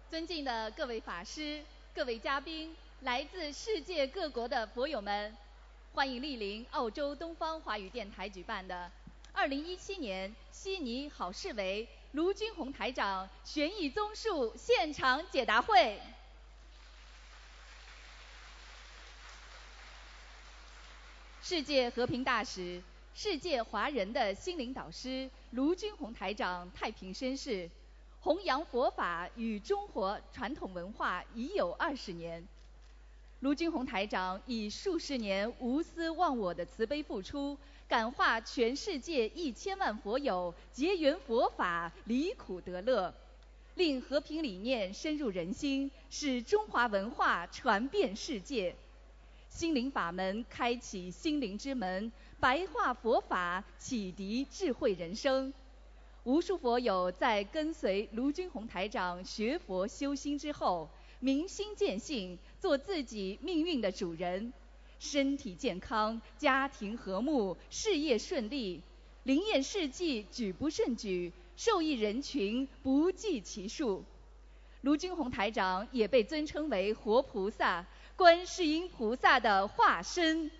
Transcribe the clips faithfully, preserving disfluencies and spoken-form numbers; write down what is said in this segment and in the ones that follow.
尊敬的各位法师、各位嘉宾，来自世界各国的佛友们，欢迎莅临澳洲东方华语电台举办的二零一七年悉尼好市委卢军宏台长悬疑综述现场解答会。世界和平大使、世界华人的心灵导师卢军宏台长太平绅士，弘扬佛法与中国传统文化已有二十年。卢军宏台长以数十年无私忘我的慈悲付出，感化全世界一千万佛友结缘佛法，离苦得乐，令和平理念深入人心，使中华文化传遍世界。心灵法门开启心灵之门，白话佛法启迪智慧人生。无数佛友在跟随卢军宏台长学佛修心之后，明心见性，做自己命运的主人，身体健康，家庭和睦，事业顺利，灵验事迹举不胜举，受益人群不计其数。卢军宏台长也被尊称为活菩萨、观世音菩萨的化身。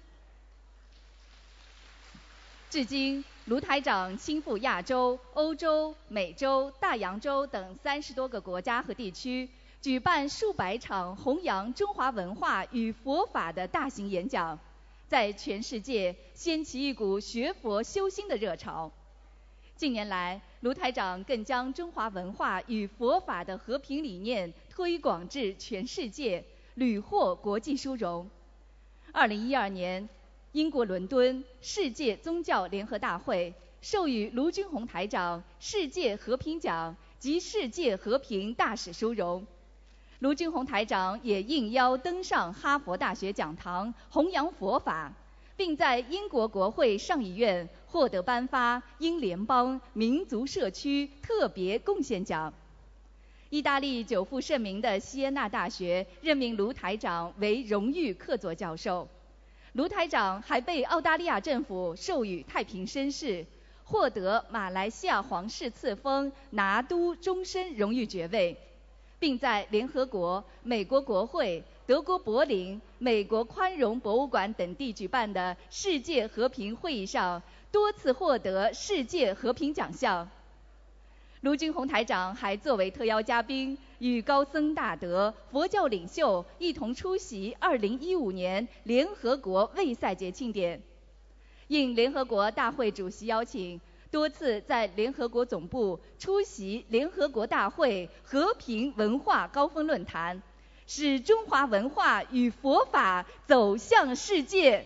至今，卢台长亲赴亚洲、欧洲、美洲、大洋洲等三十多个国家和地区，举办数百场弘扬中华文化与佛法的大型演讲，在全世界掀起一股学佛修心的热潮。近年来，卢台长更将中华文化与佛法的和平理念推广至全世界，屡获国际殊荣。二零一二年，英国伦敦世界宗教联合大会授予卢军宏台长世界和平奖及世界和平大使殊荣。卢军宏台长也应邀登上哈佛大学讲堂，弘扬佛法，并在英国国会上议院获得颁发英联邦民族社区特别贡献奖。意大利久负盛名的锡耶纳大学任命卢台长为荣誉客座教授。卢台长还被澳大利亚政府授予太平绅士，获得马来西亚皇室赐封拿督终身荣誉爵位，并在联合国、美国国会、德国柏林、美国宽容博物馆等地举办的世界和平会议上多次获得世界和平奖项。卢军宏台长还作为特邀嘉宾，与高僧大德、佛教领袖一同出席二零一五年联合国卫赛节庆典。应联合国大会主席邀请，多次在联合国总部出席联合国大会和平文化高峰论坛，使中华文化与佛法走向世界。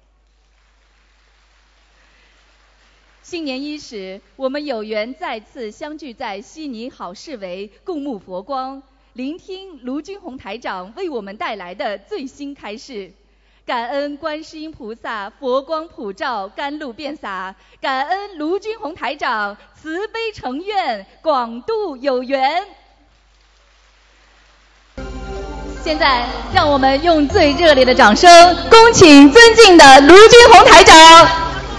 新年伊始，我们有缘再次相聚在悉尼好市委，共沐佛光，聆听卢军宏台长为我们带来的最新开示。感恩观世音菩萨佛光普照，甘露遍洒，感恩卢军宏台长慈悲成愿，广度有缘。现在让我们用最热烈的掌声，恭请尊敬的卢军宏台长。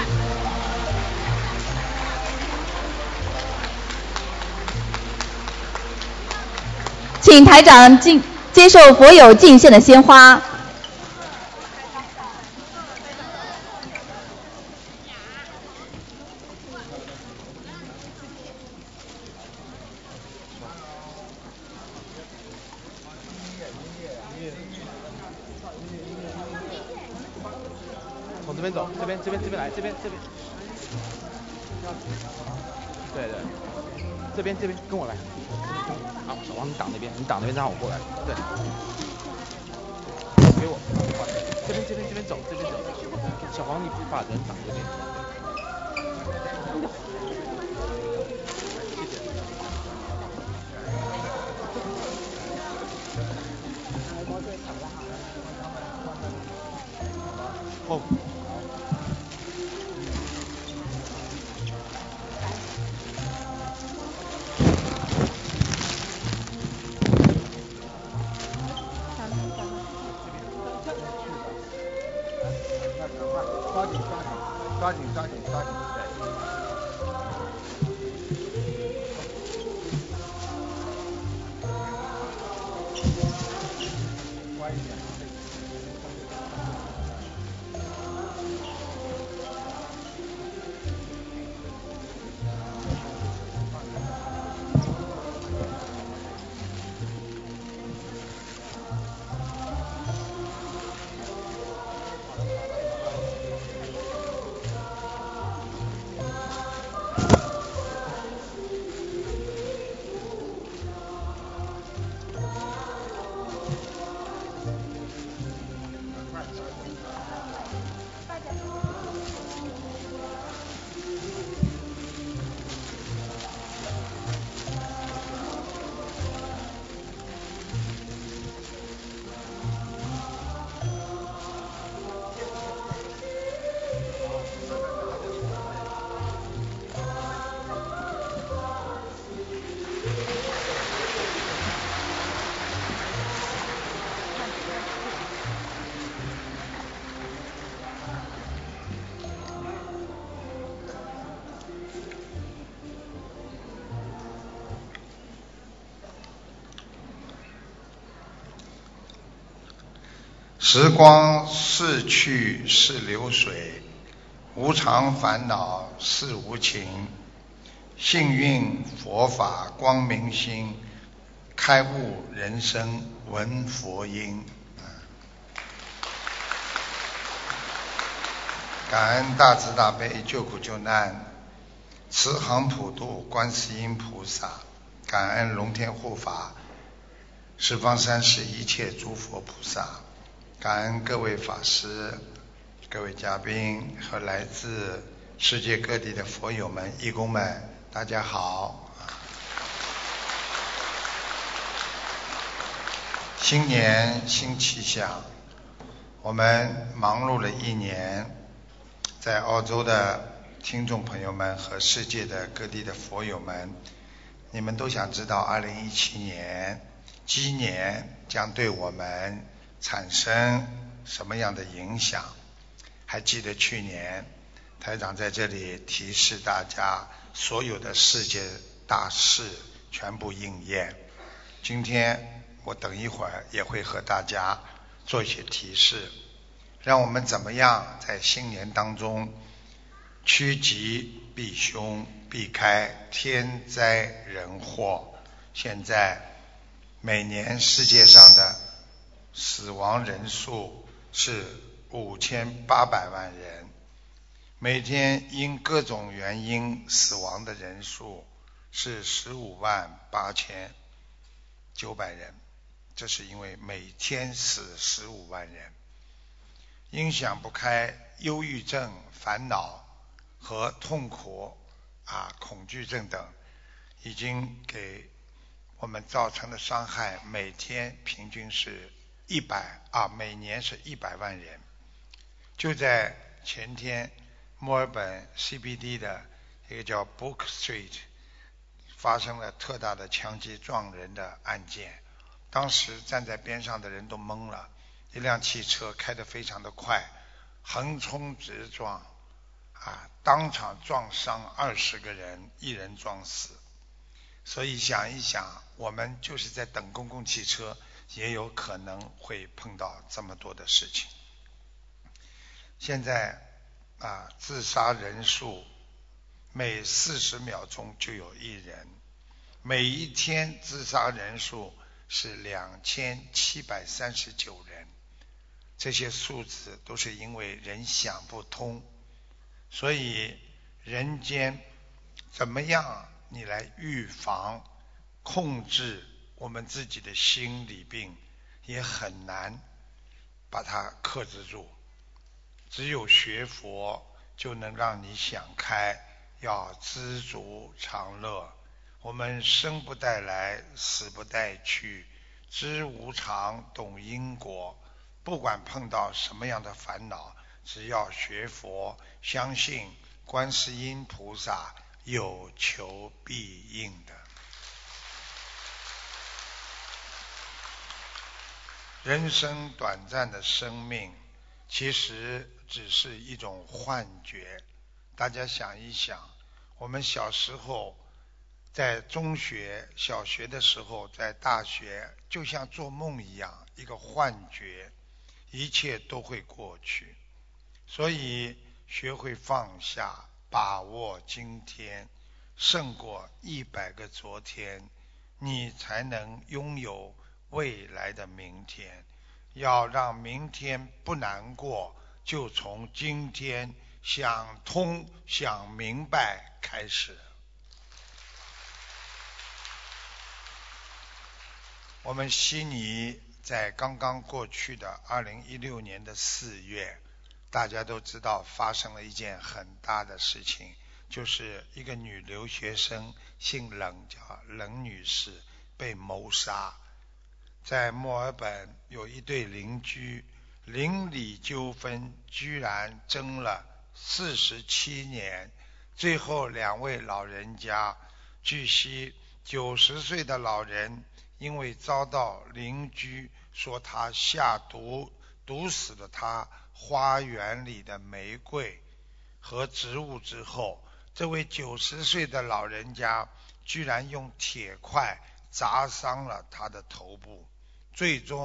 请台长敬接受佛友敬献的鲜花。 从这边走，这边这边这边来，这边这边。对对，这边这边跟我来。好，小王你挡那边，你挡那边让我过来。对，给我，这边这边这边走，这边走。小黄你把人挡这边。谢谢。哦。 抓紧抓紧抓紧抓紧！ 时光逝去是流水，无常烦恼是无情。幸运佛法光明心，开悟人生闻佛音。感恩大慈大悲救苦救难慈航普渡观世音菩萨，感恩龙天护法十方三世一切诸佛菩萨，感恩各位法师、各位嘉宾和来自世界各地的佛友们、义工们，大家好。新年新气象，我们忙碌了一年，在澳洲的听众朋友们和世界的各地的佛友们，你们都想知道二零一七年鸡年将对我们产生什么样的影响。还记得去年台长在这里提示大家，所有的世界大事全部应验。今天我等一会儿也会和大家做一些提示，让我们怎么样在新年当中趋吉避凶，避开天灾人祸。现在每年世界上的死亡人数是五千八百万人，每天因各种原因死亡的人数是十五万八千九百人，这是因为每天死十五万人。因想不开、忧郁症、烦恼和痛苦啊、恐惧症等，已经给我们造成的伤害，每天平均是一百啊，每年是一百万人。就在前天，墨尔本 C B D 的一个叫 Book Street 发生了特大的枪击撞人的案件，当时站在边上的人都懵了，一辆汽车开得非常的快，横冲直撞啊，当场撞伤二十个人，一人撞死。所以想一想，我们就是在等公共汽车，也有可能会碰到这么多的事情。现在啊，自杀人数每四十秒钟就有一人，每一天自杀人数是两千七百三十九人。这些数字都是因为人想不通，所以人间怎么样你来预防控制我们自己的心理病，也很难把它克制住。只有学佛就能让你想开，要知足常乐。我们生不带来，死不带去，知无常，懂因果。不管碰到什么样的烦恼，只要学佛，相信观世音菩萨有求必应的。人生短暂的生命其实只是一种幻觉。大家想一想，我们小时候在中学、小学的时候，在大学，就像做梦一样，一个幻觉，一切都会过去。所以学会放下，把握今天，胜过一百个昨天，你才能拥有未来的明天。要让明天不难过，就从今天想通想明白开始。我们悉尼在刚刚过去的二零一六年的四月，大家都知道发生了一件很大的事情，就是一个女留学生姓冷，叫冷女士被谋杀。在墨尔本有一对邻居，邻里纠纷居然争了四十七年，最后两位老人家，据悉九十岁的老人因为遭到邻居说他下毒毒死了他花园里的玫瑰和植物之后，这位九十岁的老人家居然用铁块砸伤了他的头部，最终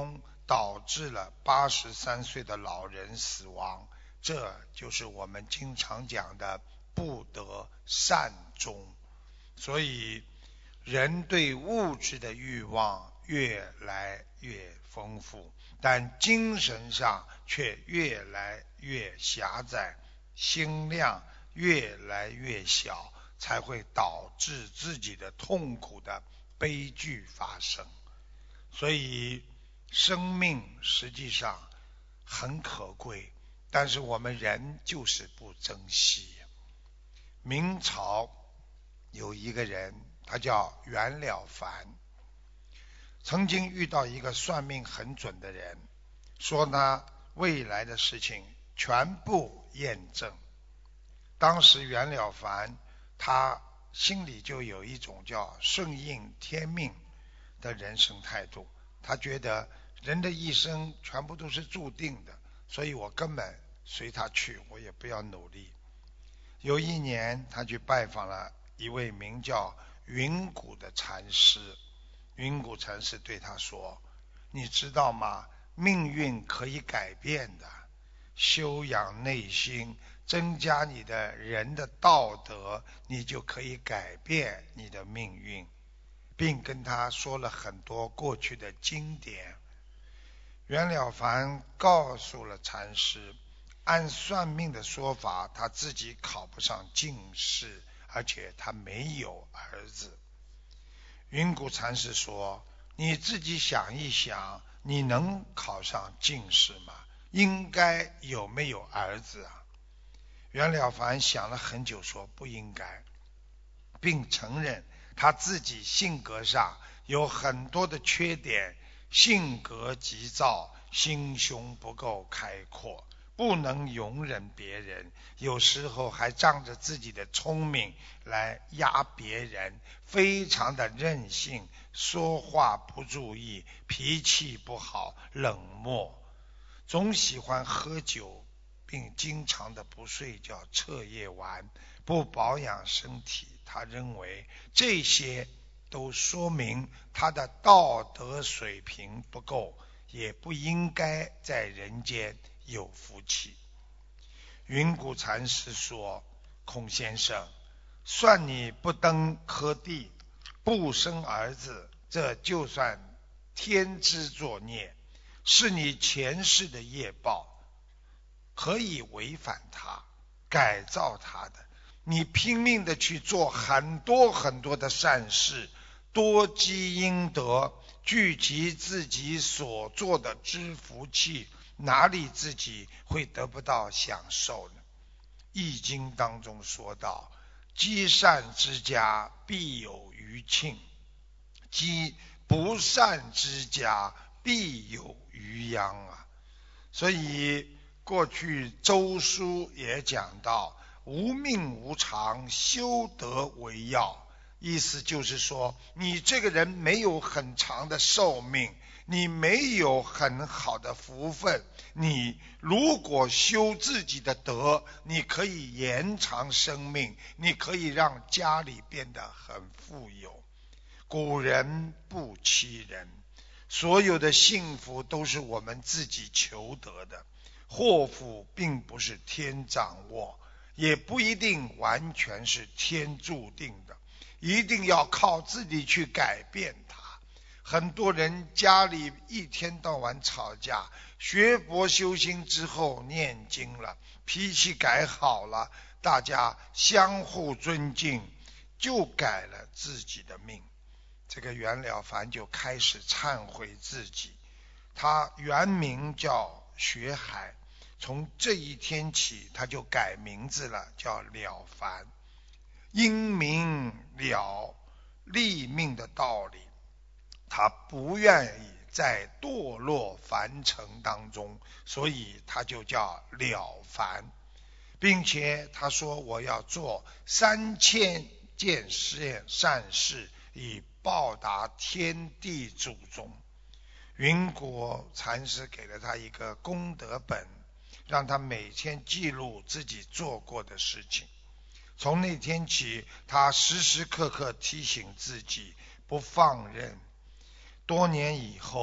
导致了八十三岁的老人死亡。这就是我们经常讲的不得善终。所以人对物质的欲望越来越丰富，但精神上却越来越狭窄，心量越来越小，才会导致自己的痛苦的悲剧发生。所以生命实际上很可贵，但是我们人就是不珍惜。明朝有一个人，他叫袁了凡，曾经遇到一个算命很准的人，说呢未来的事情全部验证。当时袁了凡他心里就有一种叫顺应天命的人生态度，他觉得人的一生全部都是注定的，所以我根本随他去，我也不要努力。有一年他去拜访了一位名叫云谷的禅师，云谷禅师对他说，你知道吗，命运可以改变的，修养内心，增加你的人的道德，你就可以改变你的命运，并跟他说了很多过去的经典。袁了凡告诉了禅师，按算命的说法，他自己考不上进士，而且他没有儿子。云谷禅师说，你自己想一想，你能考上进士吗？应该有没有儿子啊？袁了凡想了很久，说不应该，并承认他自己性格上有很多的缺点，性格急躁，心胸不够开阔，不能容忍别人，有时候还仗着自己的聪明来压别人，非常的任性，说话不注意，脾气不好，冷漠，总喜欢喝酒，并经常的不睡觉，彻夜玩，不保养身体。他认为这些都说明他的道德水平不够，也不应该在人间有福气。云谷禅师说，孔先生，算你不登科第，不生儿子，这就算天之作孽，是你前世的业报，可以违反它，改造它的。你拼命的去做很多很多的善事，多积阴德，聚集自己所做的知福气，哪里自己会得不到享受呢？易经当中说到，积善之家必有余庆，积不善之家必有余殃啊。所以过去周书也讲到，无命无常，修德为要。意思就是说，你这个人没有很长的寿命，你没有很好的福分，你如果修自己的德，你可以延长生命，你可以让家里变得很富有。古人不欺人，所有的幸福都是我们自己求得的，祸福并不是天掌握，也不一定完全是天注定的，一定要靠自己去改变它。很多人家里一天到晚吵架，学佛修心之后念经了，脾气改好了，大家相互尊敬，就改了自己的命。这个袁了凡就开始忏悔自己，他原名叫学海，从这一天起他就改名字了，叫了凡。因明了立命的道理，他不愿意在堕落凡尘当中，所以他就叫了凡，并且他说，我要做三千件善事，以报答天地祖宗。云谷禅师给了他一个功德本，让他每天记录自己做过的事情。从那天起，他时时刻刻提醒自己不放任。多年以后，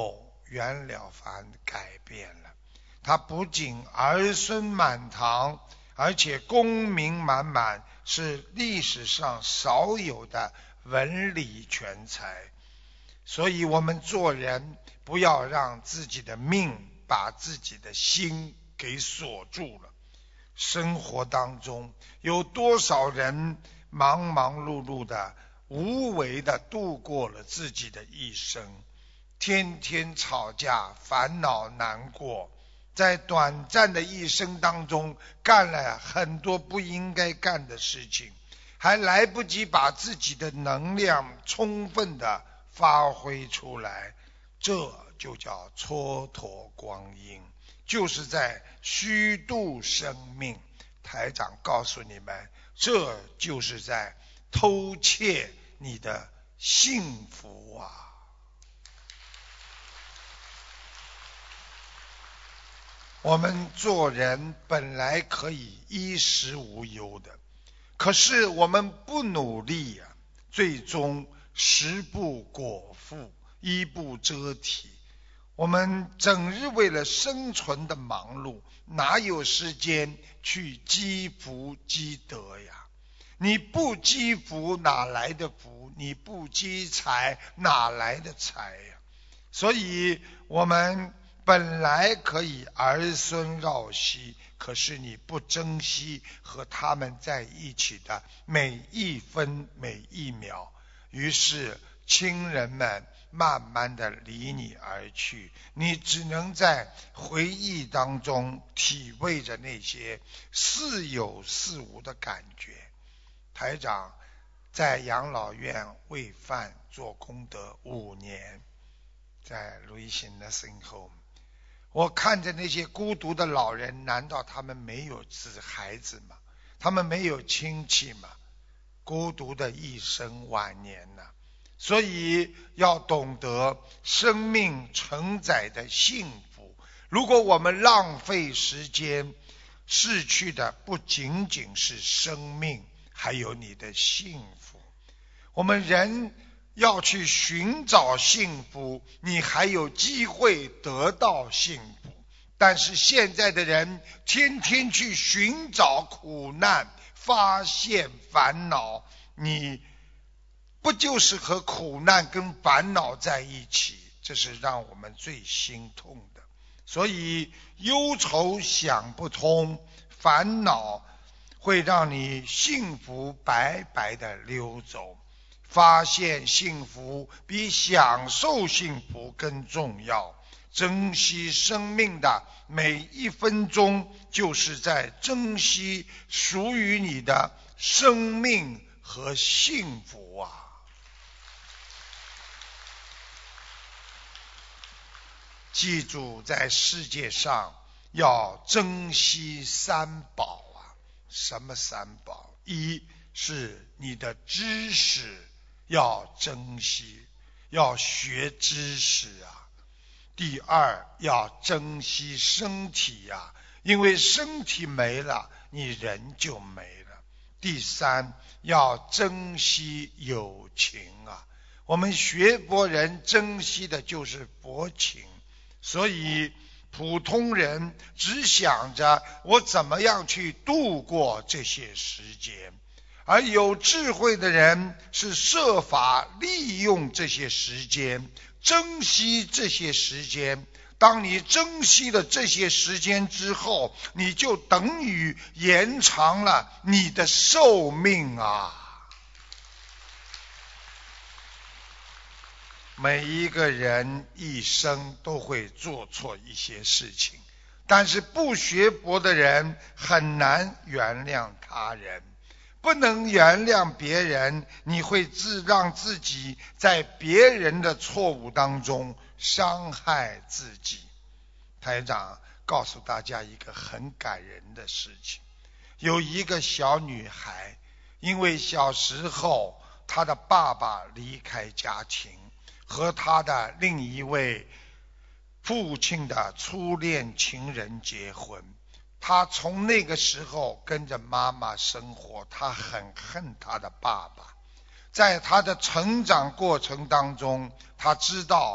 袁了凡改变了，他不仅儿孙满堂，而且功名满满，是历史上少有的文理全才。所以我们做人不要让自己的命把自己的心给锁住了。生活当中有多少人忙忙碌碌的无为的度过了自己的一生，天天吵架，烦恼难过，在短暂的一生当中干了很多不应该干的事情，还来不及把自己的能量充分的发挥出来，这就叫蹉跎光阴，就是在虚度生命。台长告诉你们，这就是在偷窃你的幸福啊！我们做人本来可以衣食无忧的，可是我们不努力啊，最终食不果腹，衣不遮体。我们整日为了生存的忙碌，哪有时间去积福积德呀？你不积福哪来的福？你不积财哪来的财呀？所以我们本来可以儿孙绕膝，可是你不珍惜和他们在一起的每一分每一秒，于是亲人们慢慢的离你而去，你只能在回忆当中体味着那些似有似无的感觉。台长在养老院喂饭做功德五年，在路易斯 Nursing Home， 我看着那些孤独的老人，难道他们没有子孩子吗？他们没有亲戚吗？孤独的一生晚年呢、啊？所以要懂得生命承载的幸福，如果我们浪费时间，逝去的不仅仅是生命，还有你的幸福。我们人要去寻找幸福，你还有机会得到幸福。但是现在的人天天去寻找苦难，发现烦恼，你不就是和苦难跟烦恼在一起？这是让我们最心痛的。所以忧愁想不通，烦恼会让你幸福白白的溜走。发现幸福比享受幸福更重要，珍惜生命的每一分钟，就是在珍惜属于你的生命和幸福啊！记住，在世界上要珍惜三宝啊！什么三宝？一是你的知识要珍惜，要学知识啊。第二，要珍惜身体啊，因为身体没了，你人就没了。第三，要珍惜友情啊。我们学佛人珍惜的就是佛情，所以普通人只想着我怎么样去度过这些时间，而有智慧的人是设法利用这些时间，珍惜这些时间。当你珍惜了这些时间之后，你就等于延长了你的寿命啊！每一个人一生都会做错一些事情，但是不学佛的人很难原谅他人。不能原谅别人，你会自让自己在别人的错误当中伤害自己。台长告诉大家一个很感人的事情，有一个小女孩，因为小时候她的爸爸离开家庭，和她的另一位父亲的初恋情人结婚，他从那个时候跟着妈妈生活，他很恨他的爸爸。在他的成长过程当中，他知道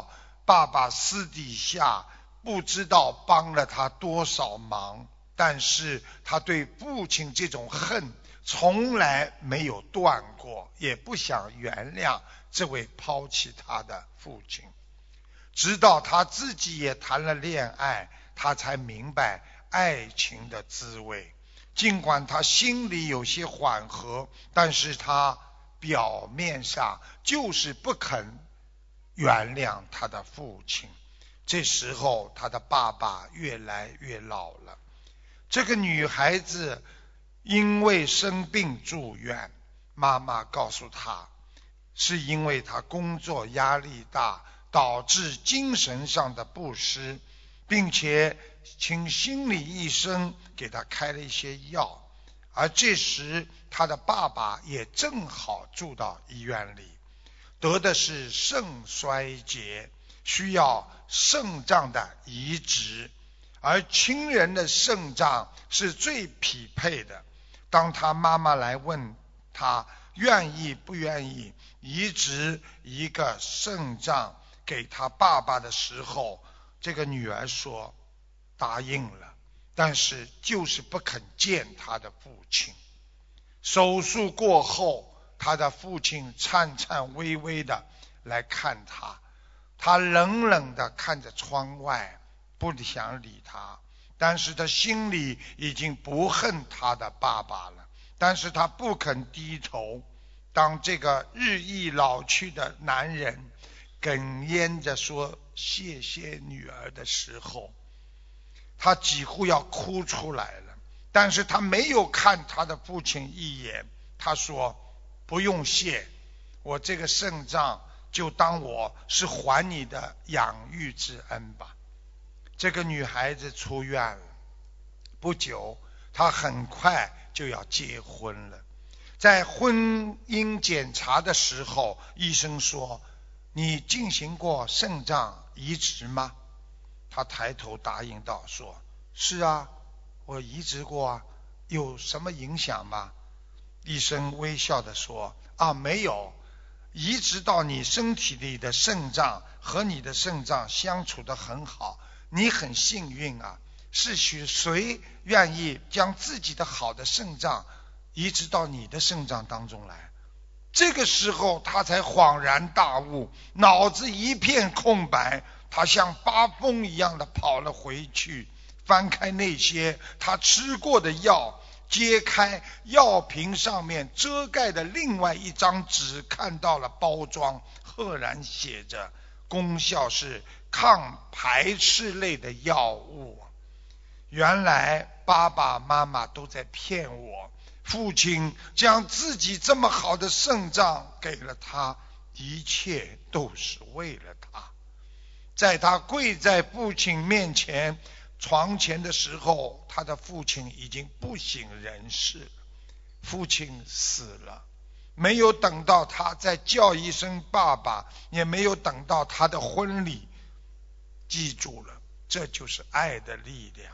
爸爸私底下不知道帮了他多少忙，但是他对父亲这种恨从来没有断过，也不想原谅这位抛弃他的父亲。直到他自己也谈了恋爱，他才明白爱情的滋味。尽管他心里有些缓和，但是他表面上就是不肯原谅他的父亲。这时候他的爸爸越来越老了。这个女孩子因为生病住院，妈妈告诉她，是因为她工作压力大，导致精神上的不适，并且请心理医生给她开了一些药。而这时她的爸爸也正好住到医院里，得的是肾衰竭，需要肾脏的移植，而亲人的肾脏是最匹配的。当他妈妈来问他愿意不愿意移植一个肾脏给他爸爸的时候，这个女儿说答应了，但是就是不肯见他的父亲。手术过后，他的父亲颤颤巍巍的来看他，他冷冷的看着窗外，不想理他，但是他心里已经不恨他的爸爸了，但是他不肯低头。当这个日益老去的男人哽咽着说谢谢女儿的时候，他几乎要哭出来了，但是他没有看他的父亲一眼。他说不用谢，我这个肾脏就当我是还你的养育之恩吧。这个女孩子出院了，不久她很快就要结婚了。在婚姻检查的时候，医生说你进行过肾脏移植吗？她抬头答应道，说是啊，我移植过啊，有什么影响吗？医生微笑地说啊，没有，移植到你身体里的肾脏和你的肾脏相处得很好，你很幸运啊，是谁愿意将自己的好的肾脏移植到你的肾脏当中来？这个时候他才恍然大悟，脑子一片空白，他像发疯一样的跑了回去，翻开那些他吃过的药，揭开药瓶上面遮盖的另外一张纸，看到了包装，赫然写着功效是抗排斥类的药物。原来爸爸妈妈都在骗我，父亲将自己这么好的肾脏给了他，一切都是为了他。在他跪在父亲面前床前的时候，他的父亲已经不省人事了。父亲死了，没有等到他再叫一声爸爸，也没有等到他的婚礼。记住了，这就是爱的力量。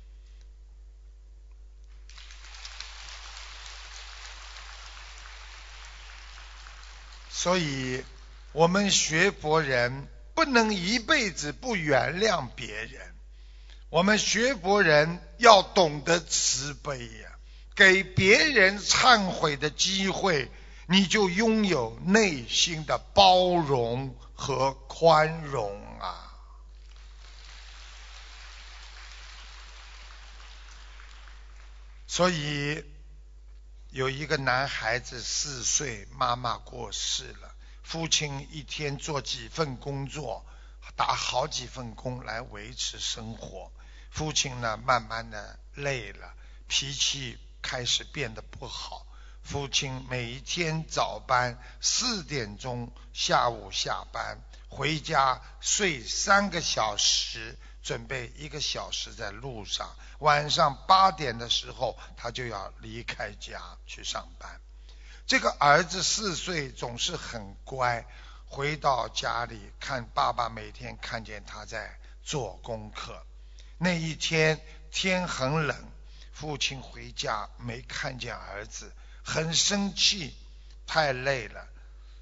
所以我们学佛人不能一辈子不原谅别人，我们学佛人要懂得慈悲呀、啊，给别人忏悔的机会，你就拥有内心的包容和宽容啊。所以有一个男孩子四岁，妈妈过世了，父亲一天做几份工作，打好几份工来维持生活。父亲呢，慢慢的累了，脾气开始变得不好。父亲每一天早班四点钟下午下班，回家睡三个小时，准备一个小时在路上，晚上八点的时候他就要离开家去上班。这个儿子四岁，总是很乖，回到家里看爸爸每天看见他在做功课。那一天天很冷，父亲回家没看见儿子，很生气，太累了，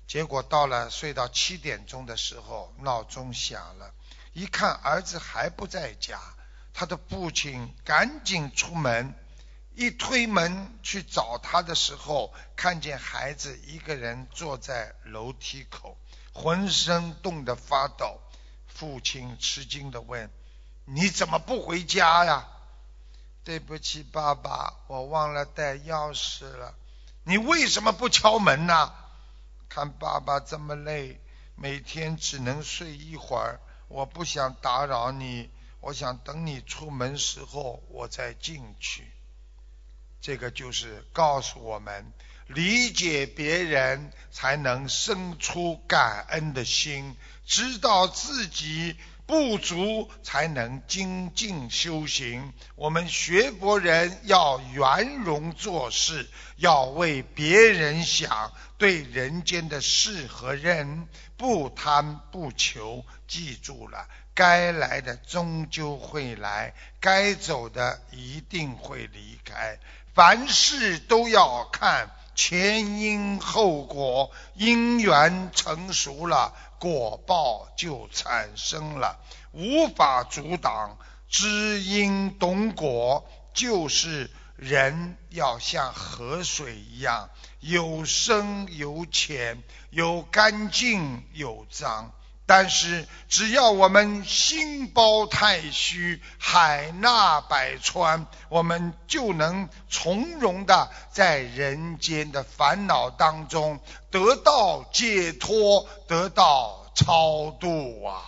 结果到了睡到七点钟的时候，闹钟响了，一看儿子还不在家，他的父亲赶紧出门，一推门去找他的时候，看见孩子一个人坐在楼梯口，浑身冻得发抖。父亲吃惊地问：你怎么不回家呀？对不起爸爸，我忘了带钥匙了。你为什么不敲门呢？看爸爸这么累，每天只能睡一会儿，我不想打扰你，我想等你出门时候我再进去。这个就是告诉我们，理解别人才能生出感恩的心，知道自己不足才能精进修行。我们学佛人要圆融做事，要为别人想，对人间的事和人不贪不求。记住了，该来的终究会来，该走的一定会离开。凡事都要看前因后果，因缘成熟了，果报就产生了，无法阻挡。知因懂果，就是人要像河水一样，有深有浅，有干净有脏。但是只要我们心包太虚，海纳百川，我们就能从容的在人间的烦恼当中得到解脱，得到超度啊！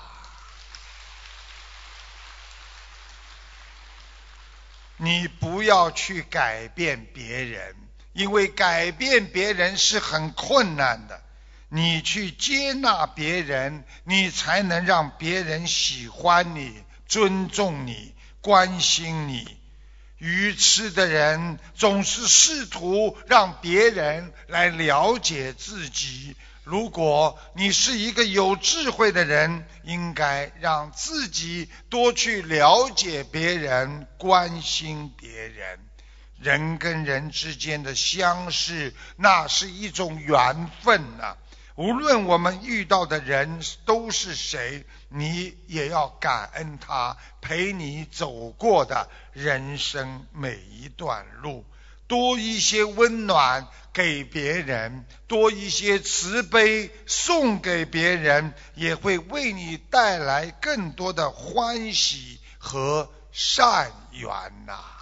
你不要去改变别人，因为改变别人是很困难的。你去接纳别人，你才能让别人喜欢你、尊重你、关心你。愚痴的人总是试图让别人来了解自己。如果你是一个有智慧的人，应该让自己多去了解别人，关心别人。人跟人之间的相识，那是一种缘分啊。无论我们遇到的人都是谁，你也要感恩他陪你走过的人生每一段路。多一些温暖给别人，多一些慈悲送给别人，也会为你带来更多的欢喜和善缘呐、啊。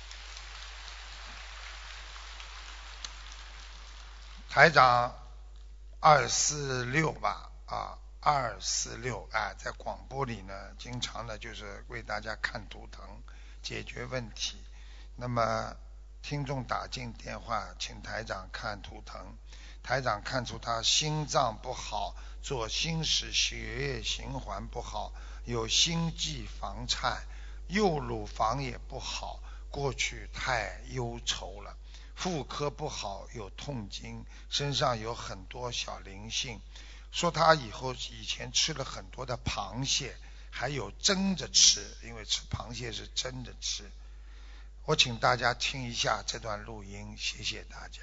台长二四六吧，啊，二四六啊，在广播里呢，经常呢就是为大家看图腾，解决问题。那么听众打进电话，请台长看图腾，台长看出他心脏不好，左心室血液循环不好，有心悸房颤，右乳房也不好，过去太忧愁了。妇科不好，有痛经，身上有很多小灵性，说他以后以前吃了很多的螃蟹，还有蒸着吃，因为吃螃蟹是蒸着吃。我请大家听一下这段录音，谢谢大家。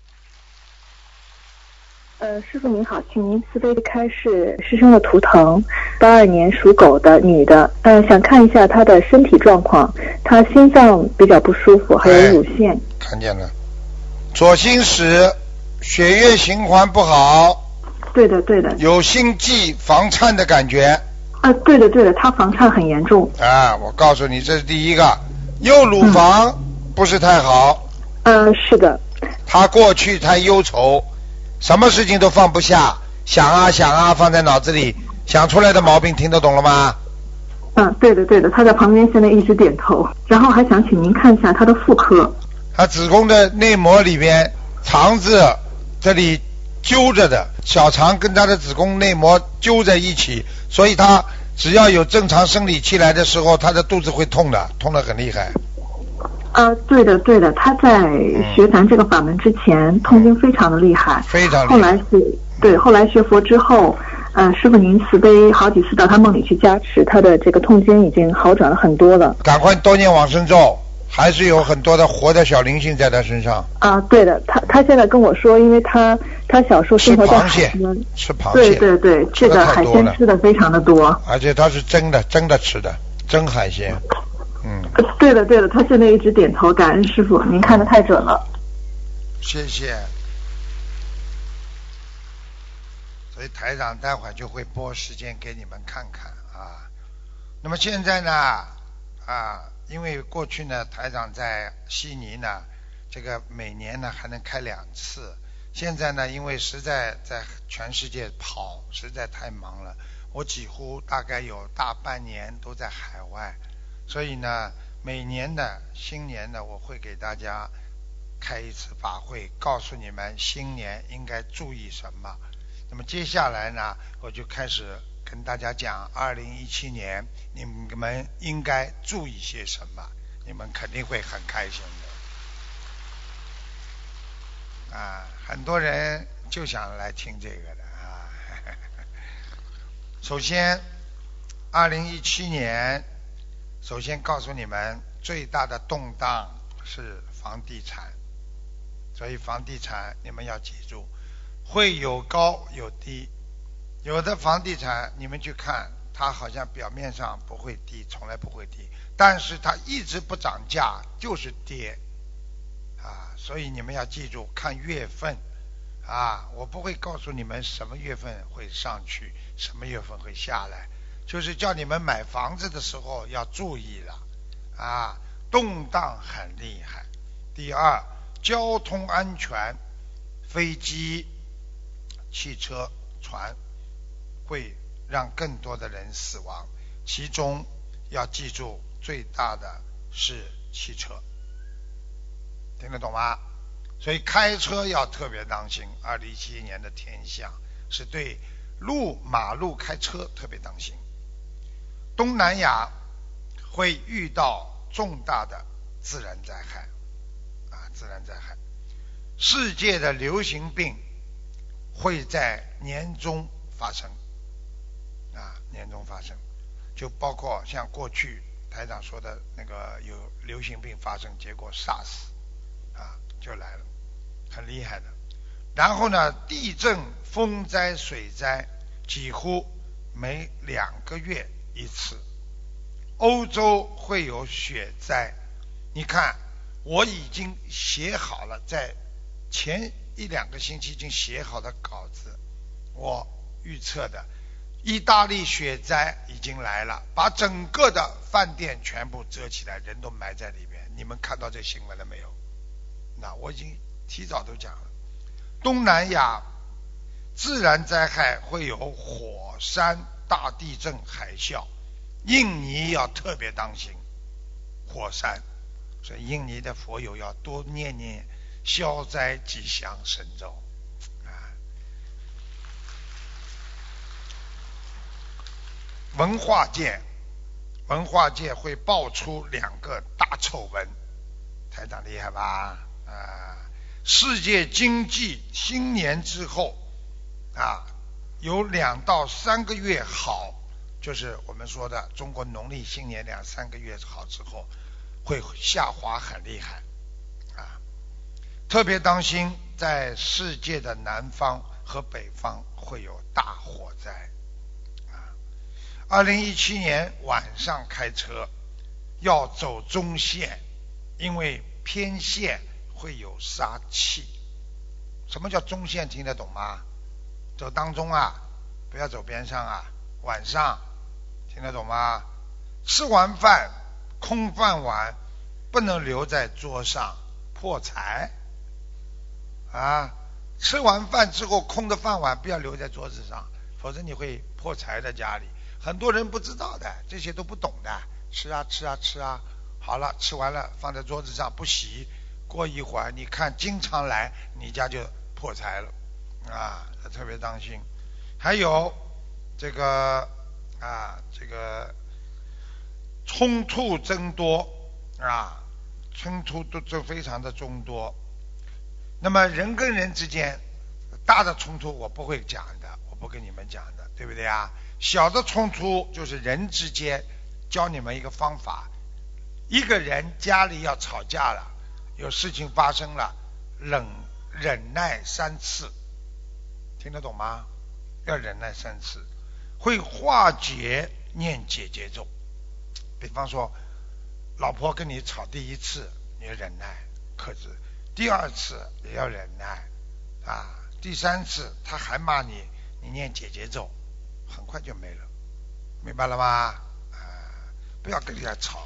呃，师父您好，请您慈悲开示师兄的图腾，八二年属狗的女的，呃，想看一下她的身体状况，她心脏比较不舒服，还有乳腺。哎、 看见了，左心室血液循环不好。 对的，对的。有心悸房颤的感觉。 啊，对的，对的，她房颤很严重。 啊，我告诉你，这是第一个。右乳房不是太好。 嗯、呃，是的。 她过去太忧愁。什么事情都放不下，想啊想啊，放在脑子里，想出来的毛病听得懂了吗？ 嗯，对的对的，他在旁边现在一直点头。然后还想请您看一下他的妇科。 他子宫的内膜里边，肠子这里揪着的，小肠跟他的子宫内膜揪在一起，所以他只要有正常生理期来的时候，他的肚子会痛的，痛得很厉害。 呃，对的，对的，他在学咱这个法门之前，嗯、痛经非常的厉害， 非常厉害。 后来是，对，后来学佛之后，呃，师父您慈悲好几次到他梦里去加持，他的这个痛经已经好转了很多了。 赶快多念往生咒。 还是有很多的活的小灵性在他身上。 啊，对的，他他现在跟我说，因为他他小时候生活在海边， 吃螃蟹， 对对对，这个海鲜吃的非常的多， 而且他是蒸的，蒸的吃的，蒸海鲜。嗯， 对的对的，他现在一直点头，感恩师傅，您看得太准了。 谢谢。所以台长待会儿就会拨时间给你们看看啊。那么现在呢，啊，因为过去呢，台长在悉尼呢，这个每年呢还能开两次。现在呢，因为实在在全世界跑，实在太忙了，我几乎大概有大半年都在海外，所以呢，每年的新年呢，我会给大家开一次法会，告诉你们新年应该注意什么。那么接下来呢，我就开始跟大家讲二零一七年你们应该注意些什么，你们肯定会很开心的啊！很多人就想来听这个的啊。首先二零一七年首先告诉你们最大的动荡是房地产，所以房地产你们要记住会有高有低，有的房地产你们去看，它好像表面上不会低，从来不会低，但是它一直不涨价就是跌啊，所以你们要记住看月份啊，我不会告诉你们什么月份会上去，什么月份会下来，就是叫你们买房子的时候要注意了啊，动荡很厉害。第二，交通安全，飞机汽车船会让更多的人死亡，其中要记住最大的是汽车，听得懂吗？所以开车要特别当心，二零一七年的天象是对路马路开车特别当心。东南亚会遇到重大的自然灾害啊，自然灾害。世界的流行病会在年中发生啊，年中发生，就包括像过去台长说的那个有流行病发生，结果 SARS 啊就来了，很厉害的。然后呢，地震、风灾、水灾几乎每两个月一次。欧洲会有雪灾，你看我已经写好了，在前一两个星期已经写好的稿子，我预测的意大利雪灾已经来了，把整个的饭店全部遮起来，人都埋在里面。你们看到这新闻了没有？那我已经提早都讲了。东南亚自然灾害会有火山、大地震、海啸，印尼要特别当心火山，所以印尼的佛友要多念念消灾吉祥神咒啊。文化界文化界会爆出两个大丑闻，台长厉害吧啊！世界经济新年之后啊，有两到三个月好，就是我们说的中国农历新年两三个月好之后会下滑很厉害啊，特别当心在世界的南方和北方会有大火灾啊。二零一七年晚上开车要走中线，因为偏线会有杀气。什么叫中线听得懂吗？走当中啊，不要走边上啊，晚上听得懂吗？吃完饭空饭碗不能留在桌上，破财啊！吃完饭之后空的饭碗不要留在桌子上，否则你会破财的。家里很多人不知道的，这些都不懂的，吃啊吃啊吃啊，好了吃完了放在桌子上不洗，过一会儿你看经常来你家就破财了啊，特别当心。还有这个啊这个冲突增多啊，冲突都都非常的众多。那么人跟人之间大的冲突我不会讲的，我不跟你们讲的，对不对啊？小的冲突就是人之间，教你们一个方法， 一个人家里要吵架了，有事情发生了，忍忍耐三次，听得懂吗？要忍耐三次，会化解念解结咒。比方说老婆跟你吵第一次你忍耐克制，第二次也要忍耐啊，第三次他还骂你，你念解结咒，很快就没了，明白了吗？啊，不要跟人家吵。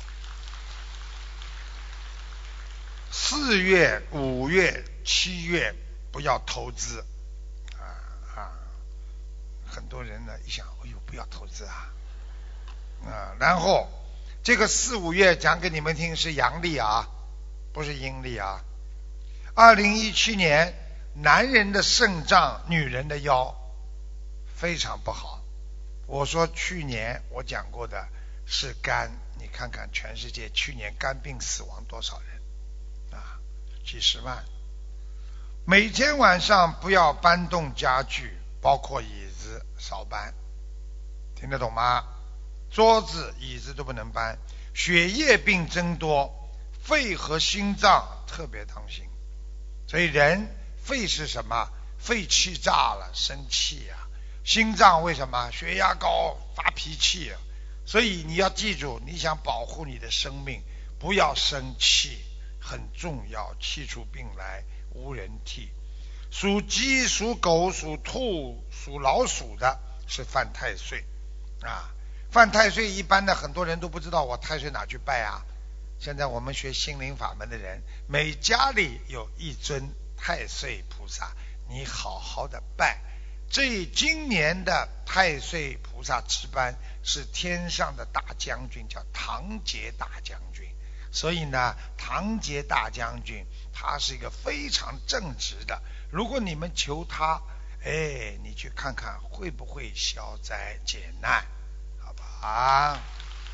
四月、五月、七月不要投资啊啊！很多人呢一想，哎呦，不要投资啊啊！然后这个四五月讲给你们听是阳历啊，不是阴历啊。二零一七年，男人的肾脏，女人的腰非常不好。我说去年我讲过的是肝，你看看全世界去年肝病死亡多少人啊，几十万。每天晚上不要搬动家具，包括椅子少搬，听得懂吗？桌子椅子都不能搬。血液病增多，肺和心脏特别当心。所以人肺是什么？肺气炸了，生气啊。心脏为什么？血压高，发脾气啊。所以你要记住，你想保护你的生命，不要生气，很重要。气出病来无人替。属鸡、属狗、属兔、属老鼠的是犯太岁啊。犯太岁一般的很多人都不知道我太岁哪去拜啊。现在我们学心灵法门的人，每家里有一尊太岁菩萨，你好好的拜。这今年的太岁菩萨值班是天上的大将军，叫唐杰大将军。所以呢，唐杰大将军他是一个非常正直的，如果你们求他，哎，你去看看会不会消灾解难，好吧？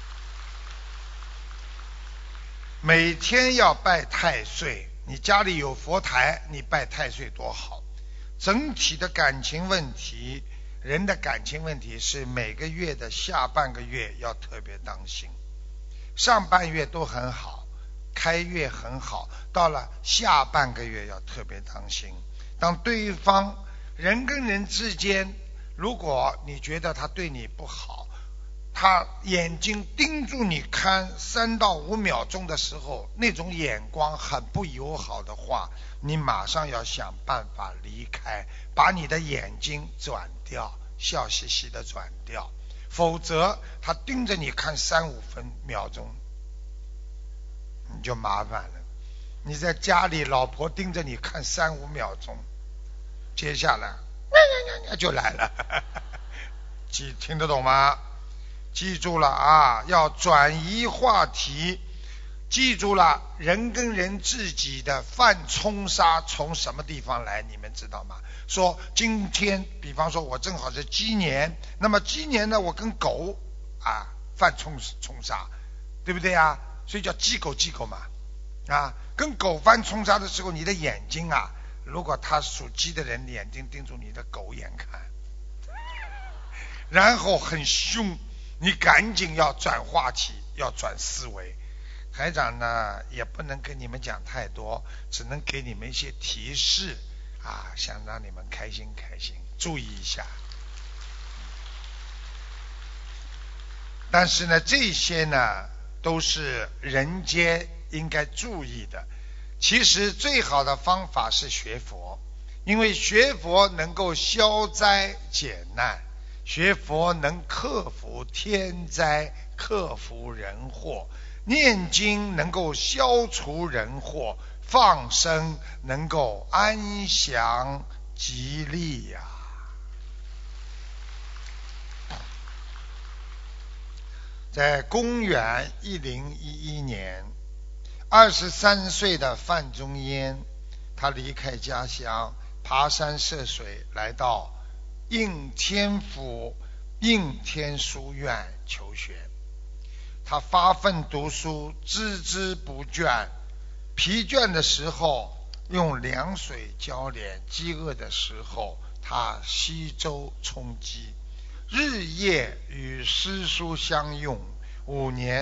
每天要拜太岁，你家里有佛台，你拜太岁多好。整体的感情问题，人的感情问题是每个月的下半个月要特别当心，上半月都很好，开月很好，到了下半个月要特别当心。当对方人跟人之间，如果你觉得他对你不好，他眼睛盯住你看三到五秒钟的时候，那种眼光很不友好的话，你马上要想办法离开，把你的眼睛转掉，笑嘻嘻的转掉，否则他盯着你看三五分秒钟，你就麻烦了。你在家里老婆盯着你看三五秒钟，接下来就来了记听得懂吗？记住了啊，要转移话题。记住了，人跟人自己的犯冲杀从什么地方来，你们知道吗？说今天比方说我正好是鸡年，那么鸡年呢我跟狗啊犯冲冲杀，对不对啊？所以叫鸡狗鸡狗嘛啊，跟狗犯冲杀的时候，你的眼睛啊，如果他属鸡的人眼睛盯住你的狗眼看，然后很凶，你赶紧要转话题，要转思维。台长呢也不能跟你们讲太多，只能给你们一些提示啊，想让你们开心开心，注意一下。但是呢，这些呢都是人间应该注意的。其实最好的方法是学佛，因为学佛能够消灾解难，学佛能克服天灾，克服人祸。念经能够消除人祸，放生能够安详吉利呀、啊。在公元一零一一年，二十三岁的范仲淹，他离开家乡，爬山涉水，来到应天府应天书院求学。他发奋读书，孜孜不倦，疲倦的时候用凉水浇脸，饥饿的时候他稀粥充饥，日夜与诗书相用。五年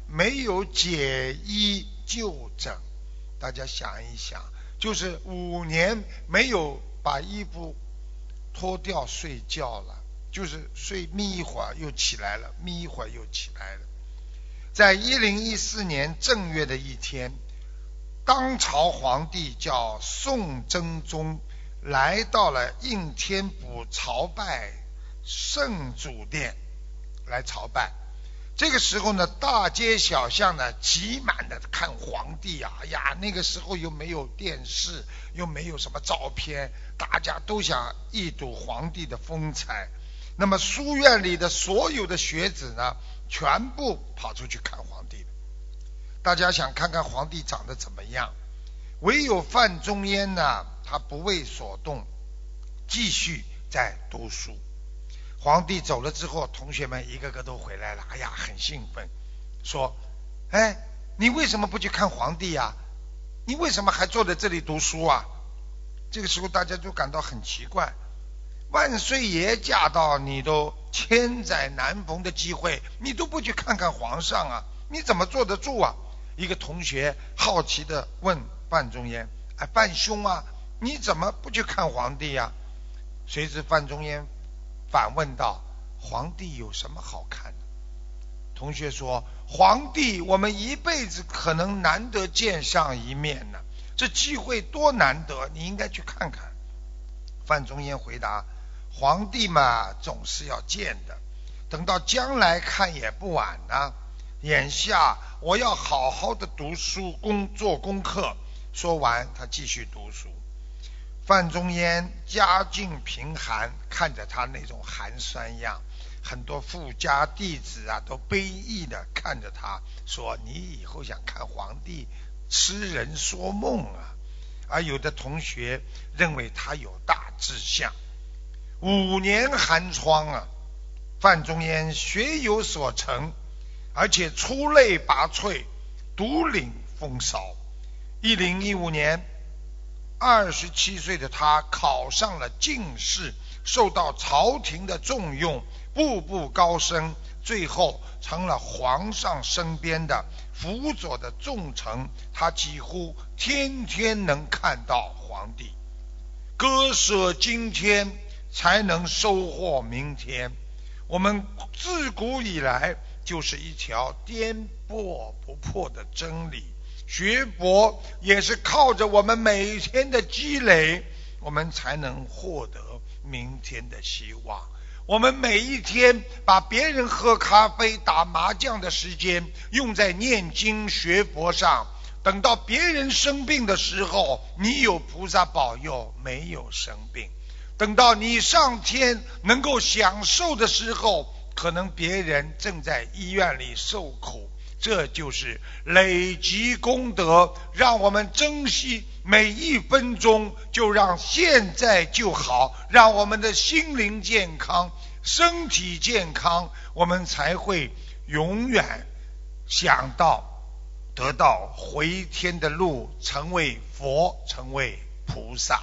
没有解医就诊。大家想一想，就是五年没有把衣服脱掉睡觉了，就是睡眯一会儿又起来了，眯一会儿又起来了。在一零一四年正月的一天，当朝皇帝叫宋真宗来到了应天府朝拜圣主殿来朝拜。这个时候呢，大街小巷呢挤满了看皇帝啊！哎呀，那个时候又没有电视，又没有什么照片，大家都想一睹皇帝的风采。那么书院里的所有的学子呢，全部跑出去看皇帝了。大家想看看皇帝长得怎么样？唯有范仲淹呢，他不为所动，继续在读书。皇帝走了之后，同学们一个个都回来了，哎呀，很兴奋，说：哎，你为什么不去看皇帝啊？你为什么还坐在这里读书啊？这个时候大家就感到很奇怪，万岁爷驾到，你都千载难逢的机会，你都不去看看皇上啊，你怎么坐得住啊？一个同学好奇地问范仲淹：哎，范兄啊，你怎么不去看皇帝啊？谁知范仲淹反问道：皇帝有什么好看的？同学说：皇帝我们一辈子可能难得见上一面呢，这机会多难得，你应该去看看。范仲淹回答：皇帝嘛，总是要见的，等到将来看也不晚呢。眼下我要好好的读书工做功课。说完他继续读书。范仲淹家境贫寒，看着他那种寒酸样，很多富家弟子啊都悲意的看着他，说：你以后想看皇帝，痴人说梦啊！而有的同学认为他有大志向。五年寒窗啊，范仲淹学有所成，而且出类拔萃，独领风骚。一零一五年二十七岁的他考上了进士，受到朝廷的重用，步步高升，最后成了皇上身边的辅佐的重臣。他几乎天天能看到皇帝。割舍今天，才能收获明天。我们自古以来就是一条颠簸不破的真理。学佛也是靠着我们每天的积累，我们才能获得明天的希望。我们每一天把别人喝咖啡打麻将的时间用在念经学佛上，等到别人生病的时候，你有菩萨保佑，没有生病。等到你上天能够享受的时候，可能别人正在医院里受苦。这就是累积功德，让我们珍惜每一分钟，就让现在就好，让我们的心灵健康，身体健康，我们才会永远想到得到回天的路，成为佛，成为菩萨。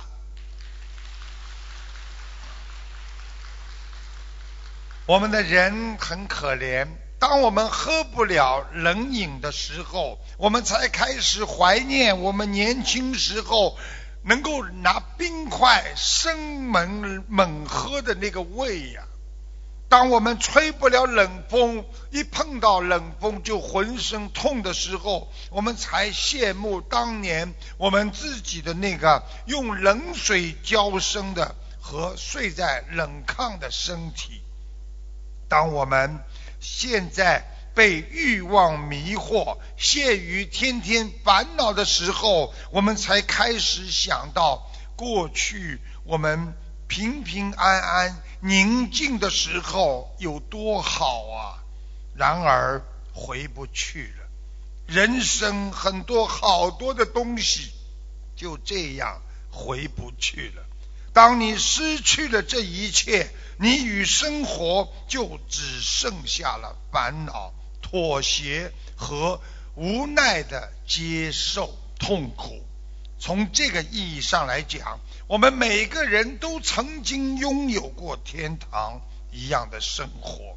我们的人很可怜，当我们喝不了冷饮的时候，我们才开始怀念我们年轻时候能够拿冰块生猛猛喝的那个味呀、啊。当我们吹不了冷风，一碰到冷风就浑身痛的时候，我们才羡慕当年我们自己的那个用冷水浇生的和睡在冷炕的身体。当我们现在被欲望迷惑，陷于天天烦恼的时候，我们才开始想到过去我们平平安安宁静的时候有多好啊！然而回不去了，人生很多好多的东西就这样回不去了。当你失去了这一切，你与生活就只剩下了烦恼、妥协和无奈的接受痛苦。从这个意义上来讲，我们每个人都曾经拥有过天堂一样的生活，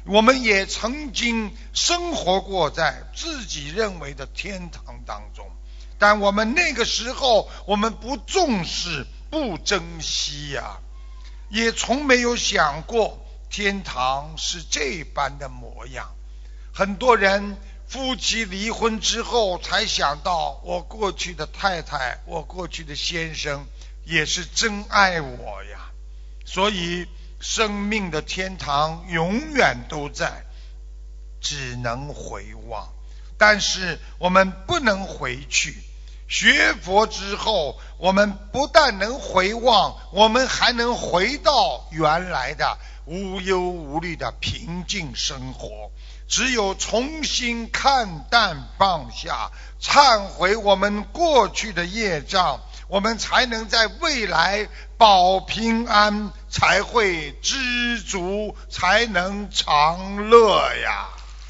我们也曾经生活过在自己认为的天堂当中，但我们那个时候我们不重视不珍惜呀、啊，也从没有想过天堂是这般的模样。很多人夫妻离婚之后才想到，我过去的太太，我过去的先生也是真爱我呀。所以生命的天堂永远都在，只能回望。但是我们不能回去，学佛之后，我们不但能回望，我们还能回到原来的无忧无虑的平静生活。只有重新看淡放下，忏悔我们过去的业障，我们才能在未来保平安，才会知足，才能常乐呀。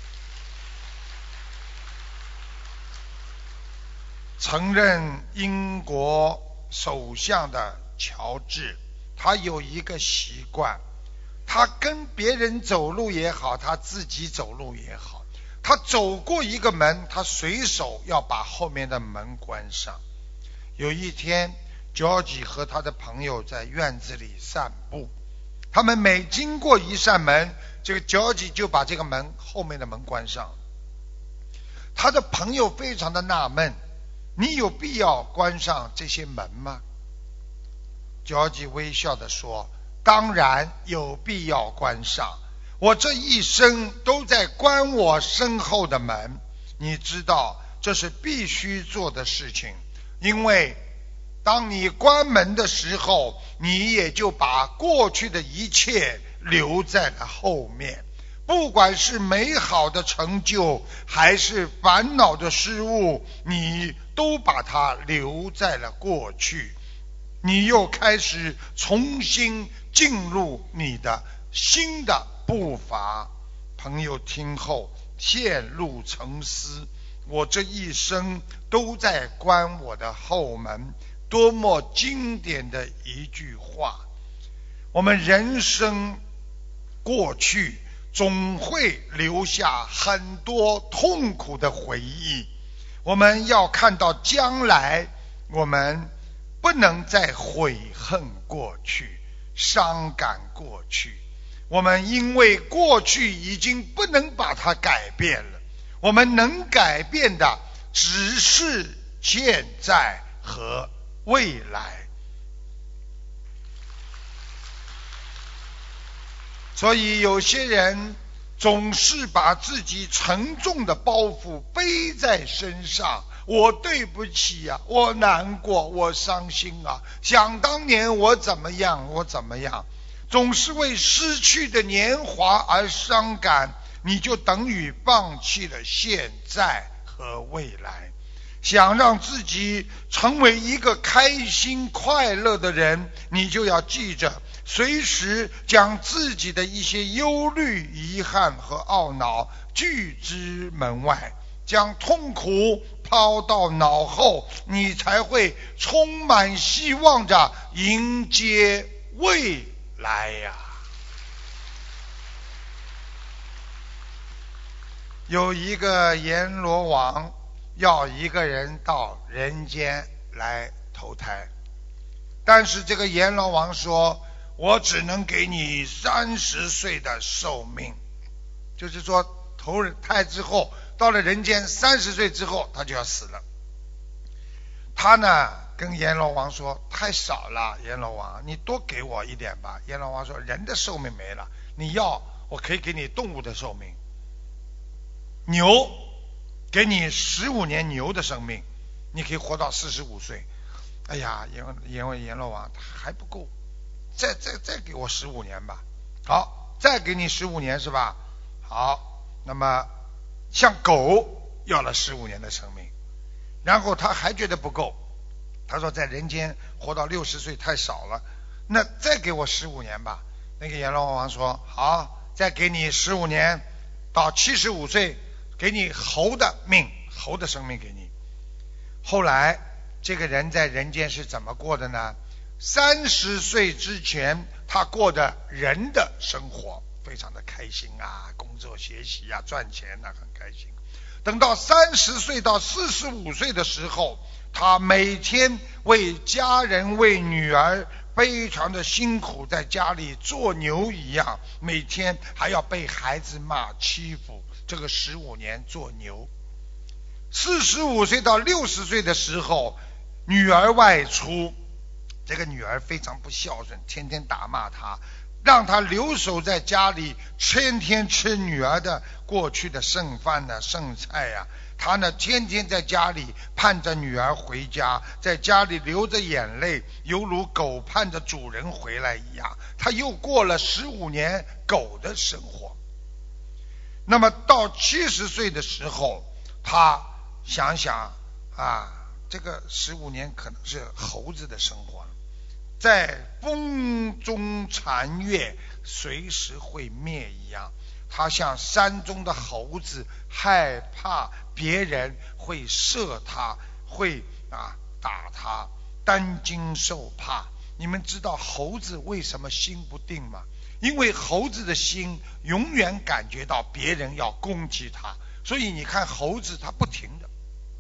曾任英国首相的乔治，他有一个习惯，他跟别人走路也好，他自己走路也好，他走过一个门，他随手要把后面的门关上。有一天George 和他的朋友在院子里散步，他们每经过一扇门，这个 George 就把这个门后面的门关上。他的朋友非常的纳闷，你有必要关上这些门吗？ George 微笑地说，当然有必要关上，我这一生都在关我身后的门，你知道这是必须做的事情，因为当你关门的时候，你也就把过去的一切留在了后面，不管是美好的成就还是烦恼的事物，你都把它留在了过去，你又开始重新进入你的新的步伐。朋友听后陷入沉思，我这一生都在关我的后门，多么经典的一句话。我们人生过去总会留下很多痛苦的回忆，我们要看到将来，我们不能再悔恨过去，伤感过去，我们因为过去已经不能把它改变了，我们能改变的只是现在和未来。所以有些人总是把自己沉重的包袱背在身上，我对不起啊，我难过，我伤心啊，想当年我怎么样我怎么样，总是为失去的年华而伤感，你就等于放弃了现在和未来。想让自己成为一个开心快乐的人，你就要记着随时将自己的一些忧虑、遗憾和懊恼拒之门外，将痛苦抛到脑后，你才会充满希望着迎接未来呀。有一个阎罗王要一个人到人间来投胎，但是这个阎罗王说，我只能给你三十岁的寿命，就是说投胎之后到了人间三十岁之后他就要死了。他呢跟阎罗王说，太少了，阎罗王你多给我一点吧。阎罗王说，人的寿命没了，你要我可以给你动物的寿命，牛给你十五年牛的生命，你可以活到四十五岁。哎呀，阎阎阎罗王还不够，再再再给我十五年吧。好，再给你十五年是吧？好，那么像狗要了十五年的生命，然后他还觉得不够，他说在人间活到六十岁太少了，那再给我十五年吧。那个阎罗王说，好，再给你十五年，到七十五岁给你猴的命，猴的生命给你。后来这个人在人间是怎么过的呢？三十岁之前他过的人的生活， 非常的开心啊，工作学习啊，赚钱啊，很开心。等到三十岁到四十五岁的时候，他每天为家人为女儿非常的辛苦，在家里做牛一样，每天还要被孩子骂欺负，这个十五年做牛。四十五岁到六十岁的时候，女儿外出，这个女儿非常不孝顺，天天打骂他，让他留守在家里，天天吃女儿的过去的剩饭呢、剩菜呀、啊。他呢，天天在家里盼着女儿回家，在家里流着眼泪，犹如狗盼着主人回来一样。他又过了十五年狗的生活。那么到七十岁的时候，他想想啊，这个十五年可能是猴子的生活了，在风中残月，随时会灭一样。他像山中的猴子，害怕别人会射他，会啊打他，担惊受怕。你们知道猴子为什么心不定吗？因为猴子的心永远感觉到别人要攻击他，所以你看猴子它不停的。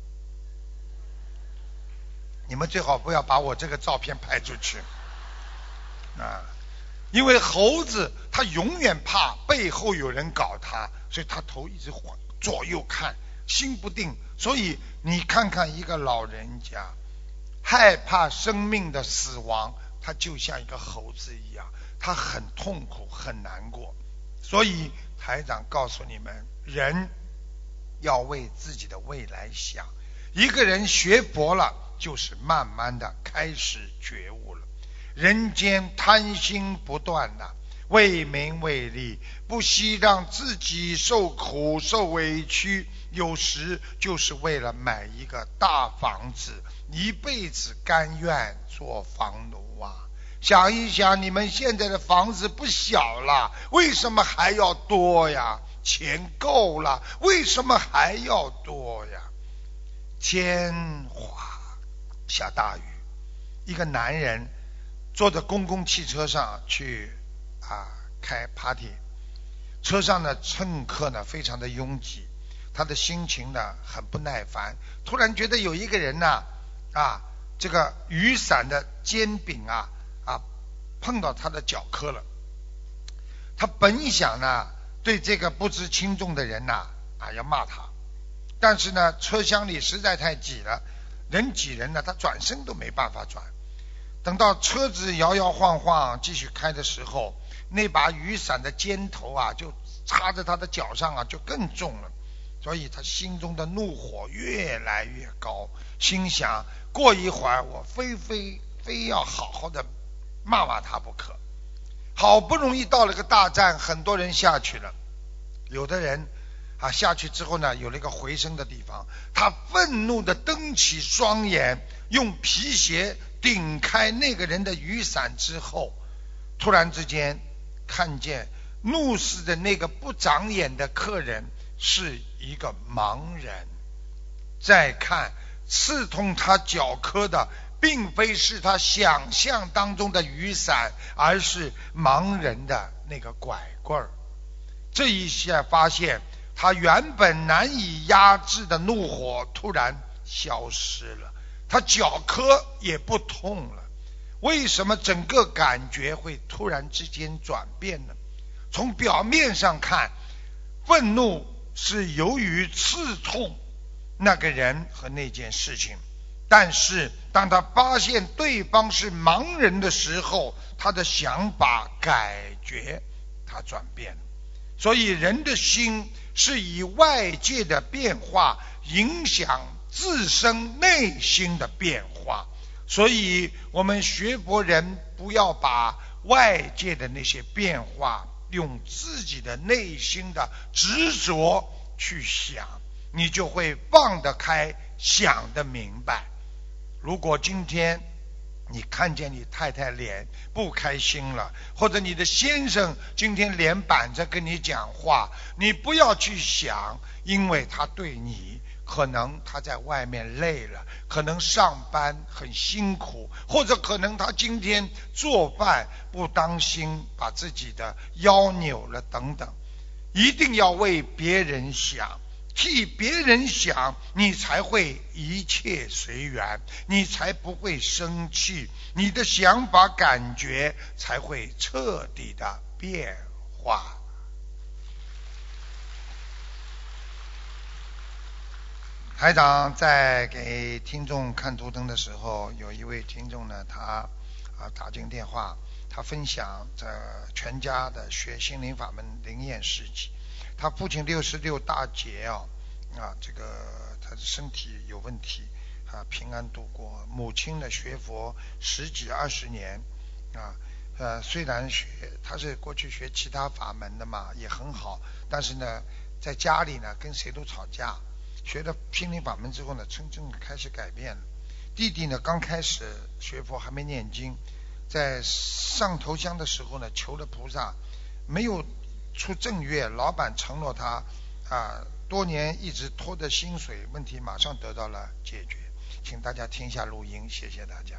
你们最好不要把我这个照片拍出去啊！因为猴子他永远怕背后有人搞他，所以他头一直晃，左右看，心不定。所以你看看一个老人家害怕生命的死亡，他就像一个猴子一样，他很痛苦很难过。所以台长告诉你们，人要为自己的未来想。一个人学佛了，就是慢慢的开始觉悟了。人间贪心不断的，为名为利，不惜让自己受苦受委屈，有时就是为了买一个大房子，一辈子甘愿做房奴啊！想一想，你们现在的房子不小了，为什么还要多呀？钱够了，为什么还要多呀？天哗下大雨，一个男人坐在公共汽车上去啊开 party， 车上的乘客呢非常的拥挤，他的心情呢很不耐烦，突然觉得有一个人呢啊这个雨伞的尖柄啊啊碰到他的脚磕了。他本想呢对这个不知轻重的人呢啊要骂他，但是呢车厢里实在太挤了，人挤人呢他转身都没办法转。等到车子摇摇晃晃继续开的时候，那把雨伞的尖头啊就插在他的脚上啊就更重了，所以他心中的怒火越来越高，心想过一会儿我非非非要好好的骂骂他不可。好不容易到了个大站，很多人下去了，有的人啊下去之后呢有了一个回声的地方，他愤怒的瞪起双眼，用皮鞋顶开那个人的雨伞之后，突然之间看见怒视的那个不长眼的客人是一个盲人。再看刺痛他脚科的并非是他想象当中的雨伞，而是盲人的那个拐棍儿。这一下发现他原本难以压制的怒火突然消失了，他脚科也不痛了。为什么整个感觉会突然之间转变呢？从表面上看，愤怒是由于刺痛那个人和那件事情，但是当他发现对方是盲人的时候，他的想法改觉他转变了。所以人的心是以外界的变化影响自身内心的变化，所以我们学佛人不要把外界的那些变化用自己的内心的执着去想，你就会放得开，想得明白。如果今天你看见你太太脸不开心了，或者你的先生今天脸板着跟你讲话，你不要去想，因为他对你可能他在外面累了，可能上班很辛苦，或者可能他今天做饭不当心把自己的腰扭了等等。一定要为别人想，替别人想，你才会一切随缘，你才不会生气，你的想法感觉才会彻底的变化。台长在给听众看图腾的时候，有一位听众呢，他啊打进电话，他分享这全家的学心灵法门灵验事迹。他父亲六十六大劫啊，啊这个他的身体有问题啊，平安度过。母亲呢学佛十几二十年啊，呃虽然学他是过去学其他法门的嘛，也很好，但是呢在家里呢跟谁都吵架。学了心灵法门之后呢，真正开始改变了。弟弟呢刚开始学佛还没念经，在上头香的时候呢求了菩萨，没有出正月，老板承诺他啊，多年一直拖的薪水问题马上得到了解决。请大家听一下录音，谢谢大家。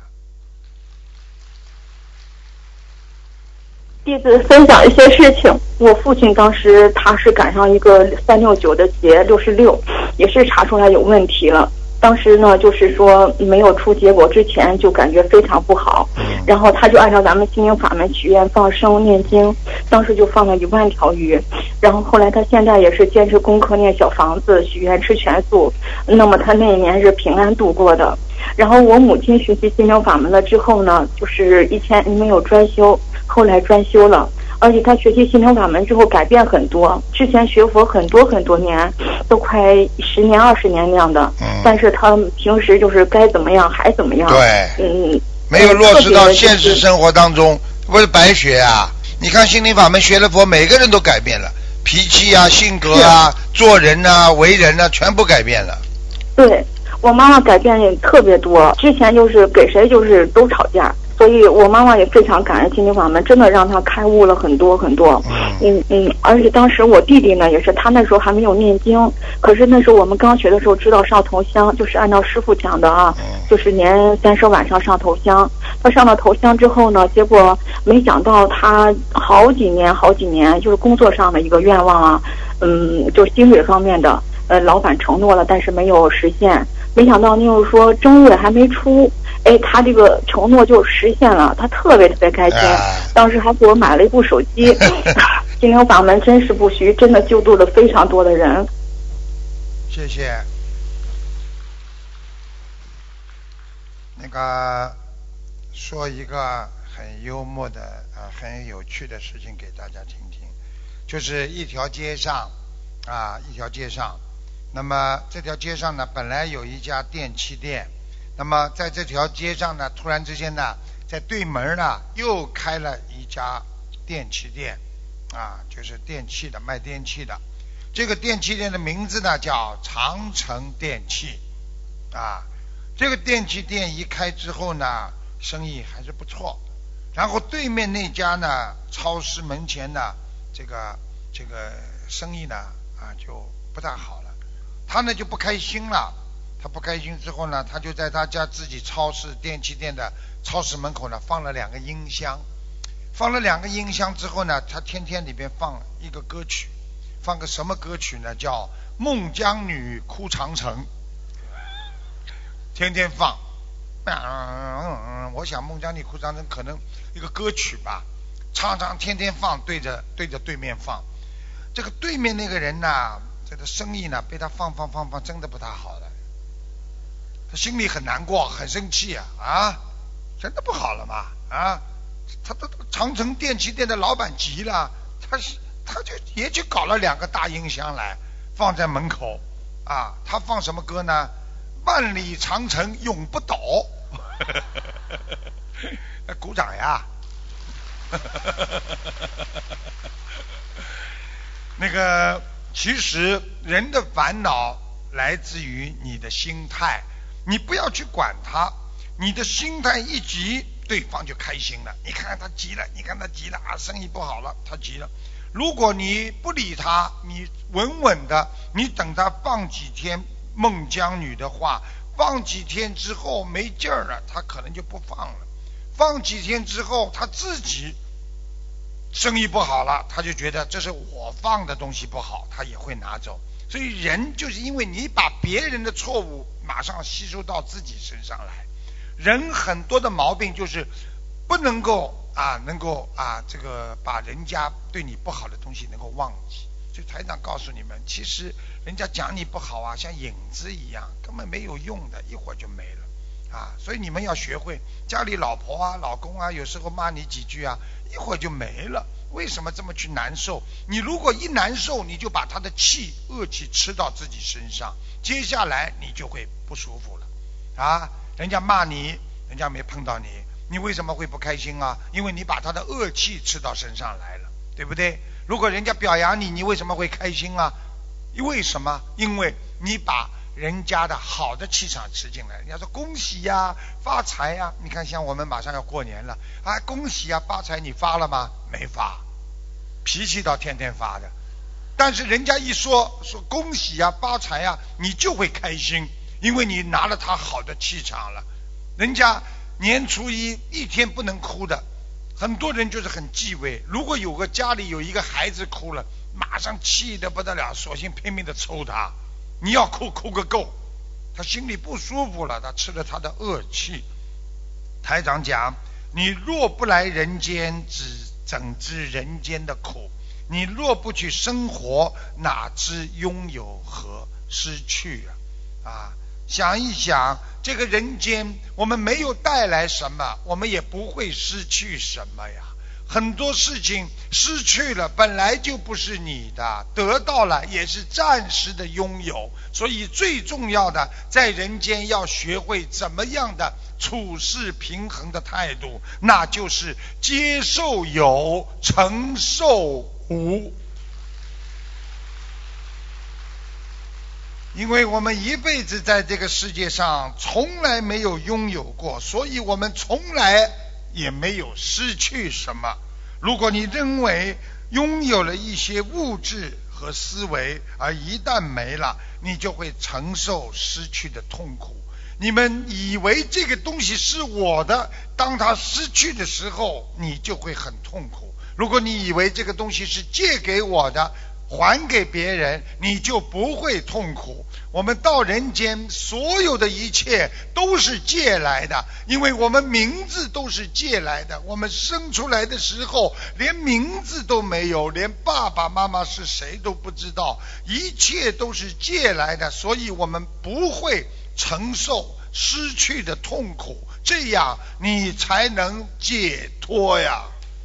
弟子分享一些事情。我父亲当时他是赶上一个三六九的劫，六十六，也是查出来有问题了。当时呢，就是说没有出结果之前就感觉非常不好，然后他就按照咱们心灵法门许愿放生念经，当时就放了一万条鱼。然后后来他现在也是坚持功课念小房子，许愿吃全素。那么他那一年是平安度过的。然后我母亲学习心灵法门了之后呢，就是以前没有专修，后来专修了。而且他学习心灵法门之后改变很多，之前学佛很多很多年，都快十年二十年那样的，嗯、但是他平时就是该怎么样还怎么样， 对， 嗯， 没有落实到现实生活当中，不是白学啊！你看心灵法门学了佛，每个人都改变了，脾气啊、性格啊、做人啊、为人啊，全部改变了。 对，我妈妈改变也特别多，之前就是给谁就是都吵架。所以我妈妈也非常感恩心灵法门，真的让她开悟了很多很多。嗯嗯，而且当时我弟弟呢，也是他那时候还没有念经，可是那时候我们刚学的时候知道上头香，就是按照师父讲的啊，就是年三十晚上上头香。他上了头香之后呢，结果没想到他好几年好几年，就是工作上的一个愿望啊，嗯，就是薪水方面的，呃，老板承诺了，但是没有实现。没想到就是说正月还没出。哎，他这个承诺就实现了，他特别特别开心。当时还给我买了一部手机。心灵法门真是不虚，真的救度了非常多的人。 谢谢。那个说一个很幽默的啊、呃，很有趣的事情给大家听听，就是一条街上啊，一条街上，那么这条街上呢，本来有一家电器店。那么在这条街上呢，突然之间呢，在对门呢又开了一家电器店，啊，就是电器的，卖电器的。这个电器店的名字呢叫长城电器，啊，这个电器店一开之后呢，生意还是不错。然后对面那家呢，超市门前呢，这个这个生意呢啊就不大好了，他呢就不开心了。他不开心之后呢，他就在他家自己超市电器店的超市门口呢放了两个音箱，放了两个音箱之后呢，他天天里边放一个歌曲，放个什么歌曲呢？叫《孟姜女哭长城》，天天放。嗯，我想《孟姜女哭长城》可能一个歌曲吧，常常天天放，对着对着对面放。这个对面那个人呢，这个生意呢被他放放放放，真的不大好了。他心里很难过，很生气啊啊，真的不好了嘛啊！他他长城电器店的老板急了，他他就也去搞了两个大音箱来放在门口啊。他放什么歌呢？万里长城永不倒。鼓掌呀！那个其实人的烦恼来自于你的心态。你不要去管他，你的心态一急，对方就开心了。你看看他急了，你看他急了啊，生意不好了，他急了。如果你不理他，你稳稳的，你等他放几天孟姜女的话，放几天之后没劲儿了，他可能就不放了。放几天之后，他自己生意不好了，他就觉得这是我放的东西不好，他也会拿走。所以人就是因为你把别人的错误马上吸收到自己身上来，人很多的毛病就是不能够啊，能够啊，这个把人家对你不好的东西能够忘记。所以台长告诉你们，其实人家讲你不好啊，像影子一样，根本没有用的，一会儿就没了啊。所以你们要学会，家里老婆啊、老公啊，有时候骂你几句啊，一会儿就没了。为什么这么去难受？你如果一难受，你就把他的气、恶气吃到自己身上，接下来你就会不舒服了啊。人家骂你，人家没碰到你，你为什么会不开心啊？因为你把他的恶气吃到身上来了，对不对？如果人家表扬你，你为什么会开心啊？为什么？因为你把人家的好的气场吃进来。人家说恭喜呀、发财呀，你看像我们马上要过年了啊，恭喜呀、发财，你发了吗？没发，脾气倒天天发的。但是人家一说说恭喜呀、发财呀，你就会开心，因为你拿了他好的气场了。人家年初一一天不能哭的，很多人就是很忌讳。如果有个家里有一个孩子哭了，马上气得不得了，索性拼命的抽他。你要哭哭个够，他心里不舒服了，他吃了他的恶气。台长讲，你若不来人间，只怎知人间的苦？你若不去生活，哪知拥有和失去啊？啊，想一想，这个人间我们没有带来什么，我们也不会失去什么呀。很多事情失去了本来就不是你的，得到了也是暂时的拥有。所以最重要的，在人间要学会怎么样的处事平衡的态度，那就是接受有，承受无。因为我们一辈子在这个世界上从来没有拥有过，所以我们从来也没有失去什么。如果你认为拥有了一些物质和思维，而一旦没了，你就会承受失去的痛苦。你们以为这个东西是我的，当它失去的时候，你就会很痛苦。如果你以为这个东西是借给我的，还给别人，你就不会痛苦。我们到人间，所有的一切都是借来的，因为我们名字都是借来的。我们生出来的时候连名字都没有，连爸爸妈妈是谁都不知道，一切都是借来的，所以我们不会承受失去的痛苦，这样你才能解脱呀。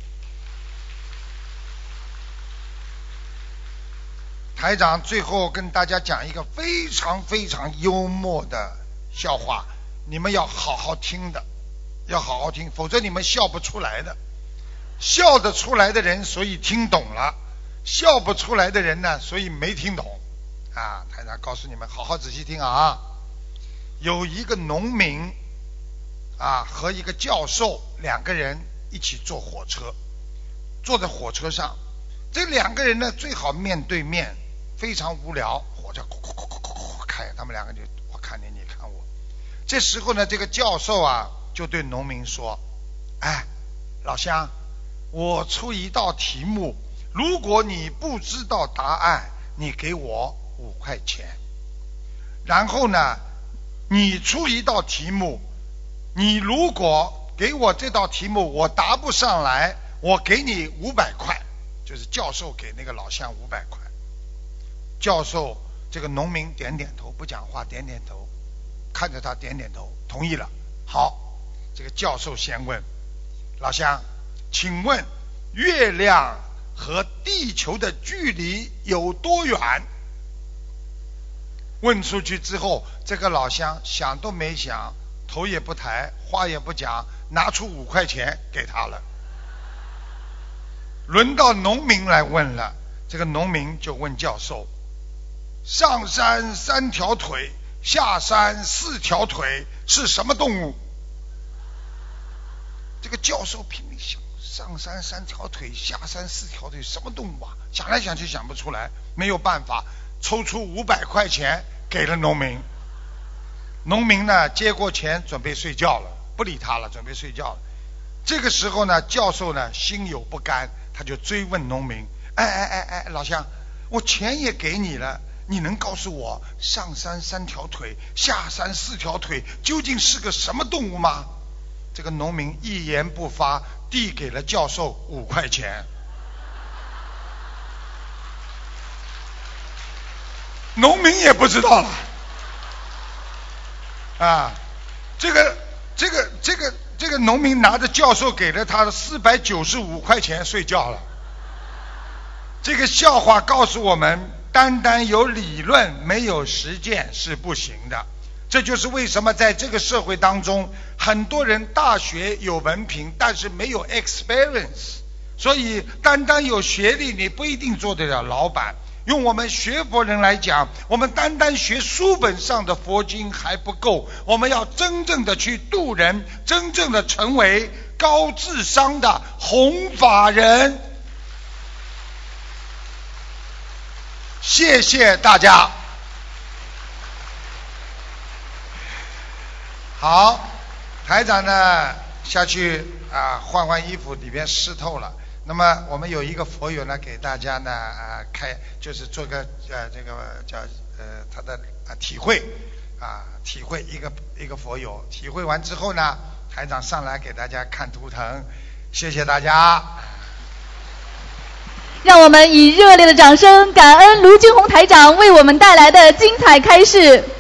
台长最后跟大家讲一个非常非常幽默的笑话，你们要好好听的，要好好听，否则你们笑不出来的。笑得出来的人所以听懂了，笑不出来的人呢，所以没听懂啊。台长告诉你们，好好仔细听啊。有一个农民啊和一个教授，两个人一起坐火车，坐在火车上，这两个人呢最好面对面，非常无聊，火车开，他们两个就我看你，你看我。这时候呢，这个教授啊就对农民说：哎，老乡，我出一道题目，如果你不知道答案，你给我五块钱。然后呢，你出一道题目，你如果给我这道题目我答不上来，我给你五百块。就是教授给那个老乡五百块。教授这个农民点点头，不讲话，点点头，看着他点点头，同意了。好，这个教授先问老乡，请问月亮和地球的距离有多远？问出去之后，这个老乡想都没想，头也不抬，话也不讲，拿出五块钱给他了。轮到农民来问了，这个农民就问教授：上山三条腿，下山四条腿，是什么动物？这个教授拼命想，上山三条腿，下山四条腿，什么动物啊？想来想去想不出来，没有办法，抽出五百块钱给了农民。农民呢接过钱准备睡觉了，不理他了，准备睡觉了。这个时候呢，教授呢心有不甘，他就追问农民：哎哎哎哎，老乡，我钱也给你了，你能告诉我上山三条腿，下山四条腿究竟是个什么动物吗？这个农民一言不发，递给了教授五块钱。农民也不知道了啊，这个这个这个这个农民拿着教授给了他的四百九十五块钱睡觉了。这个笑话告诉我们，单单有理论没有实践是不行的。这就是为什么在这个社会当中，很多人大学有文凭，但是没有 experience。所以单单有学历，你不一定做得了老板。用我们学佛人来讲，我们单单学书本上的佛经还不够，我们要真正的去度人，真正的成为高智商的弘法人。谢谢大家。好，台长呢下去啊换换衣服，里边湿透了。那么我们有一个佛友呢，给大家呢啊开，就是做个呃这个叫呃他的啊体会啊体会一个一个佛友体会完之后呢，台长上来给大家看图腾，谢谢大家。 让我们以热烈的掌声感恩卢军宏台长为我们带来的精彩开示。